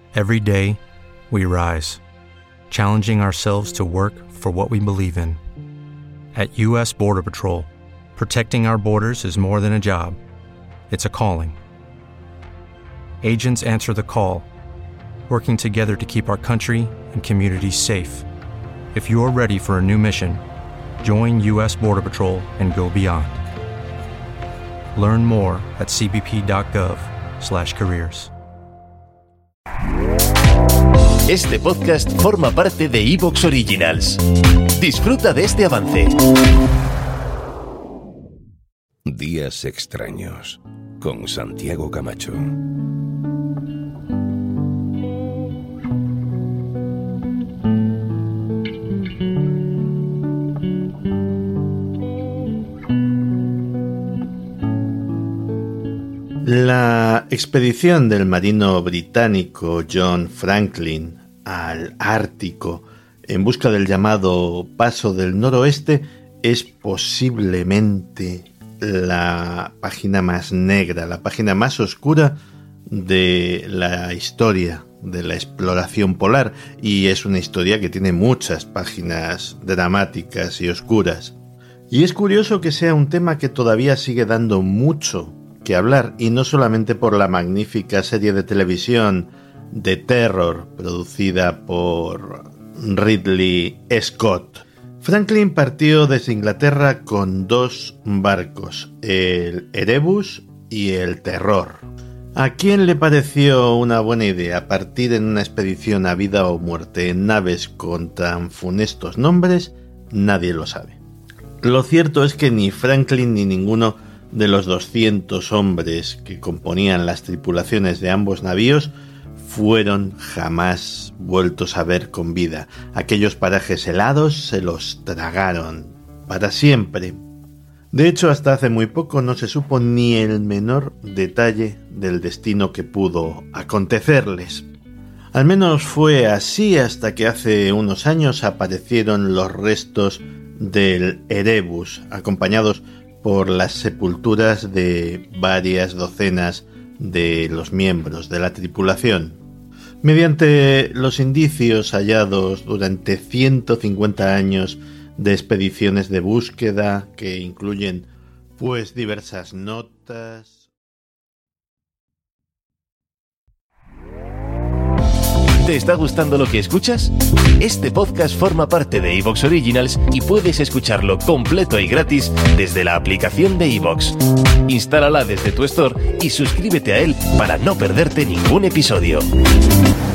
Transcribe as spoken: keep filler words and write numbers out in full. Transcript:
Every day, we rise, challenging ourselves to work for what we believe in. At U S Border Patrol, protecting our borders is more than a job. It's a calling. Agents answer the call, working together to keep our country and communities safe. If you're ready for a new mission, join U S Border Patrol and go beyond. Learn more at c b p dot gov slash careers. Este podcast forma parte de iVoox Originals. Disfruta de este avance. Días extraños con Santiago Camacho. La expedición del marino británico John Franklin al Ártico en busca del llamado Paso del Noroeste es posiblemente la página más negra, la página más oscura de la historia de la exploración polar, y es una historia que tiene muchas páginas dramáticas y oscuras. Y es curioso que sea un tema que todavía sigue dando mucho que hablar, y no solamente por la magnífica serie de televisión The Terror producida por Ridley Scott. Franklin partió desde Inglaterra con dos barcos, el Erebus y el Terror. ¿A quién le pareció una buena idea partir en una expedición a vida o muerte en naves con tan funestos nombres? Nadie lo sabe. Lo cierto es que ni Franklin ni ninguno de los doscientos hombres que componían las tripulaciones de ambos navíos fueron jamás vueltos a ver con vida. Aquellos parajes helados se los tragaron para siempre. De hecho, hasta hace muy poco no se supo ni el menor detalle del destino que pudo acontecerles. Al menos fue así hasta que hace unos años aparecieron los restos del Erebus, acompañados por las sepulturas de varias docenas de los miembros de la tripulación. Mediante los indicios hallados durante ciento cincuenta años de expediciones de búsqueda, que incluyen pues diversas notas. ¿Te está gustando lo que escuchas? Este podcast forma parte de iVoox Originals y puedes escucharlo completo y gratis desde la aplicación de iVoox. Instálala desde tu store y suscríbete a él para no perderte ningún episodio.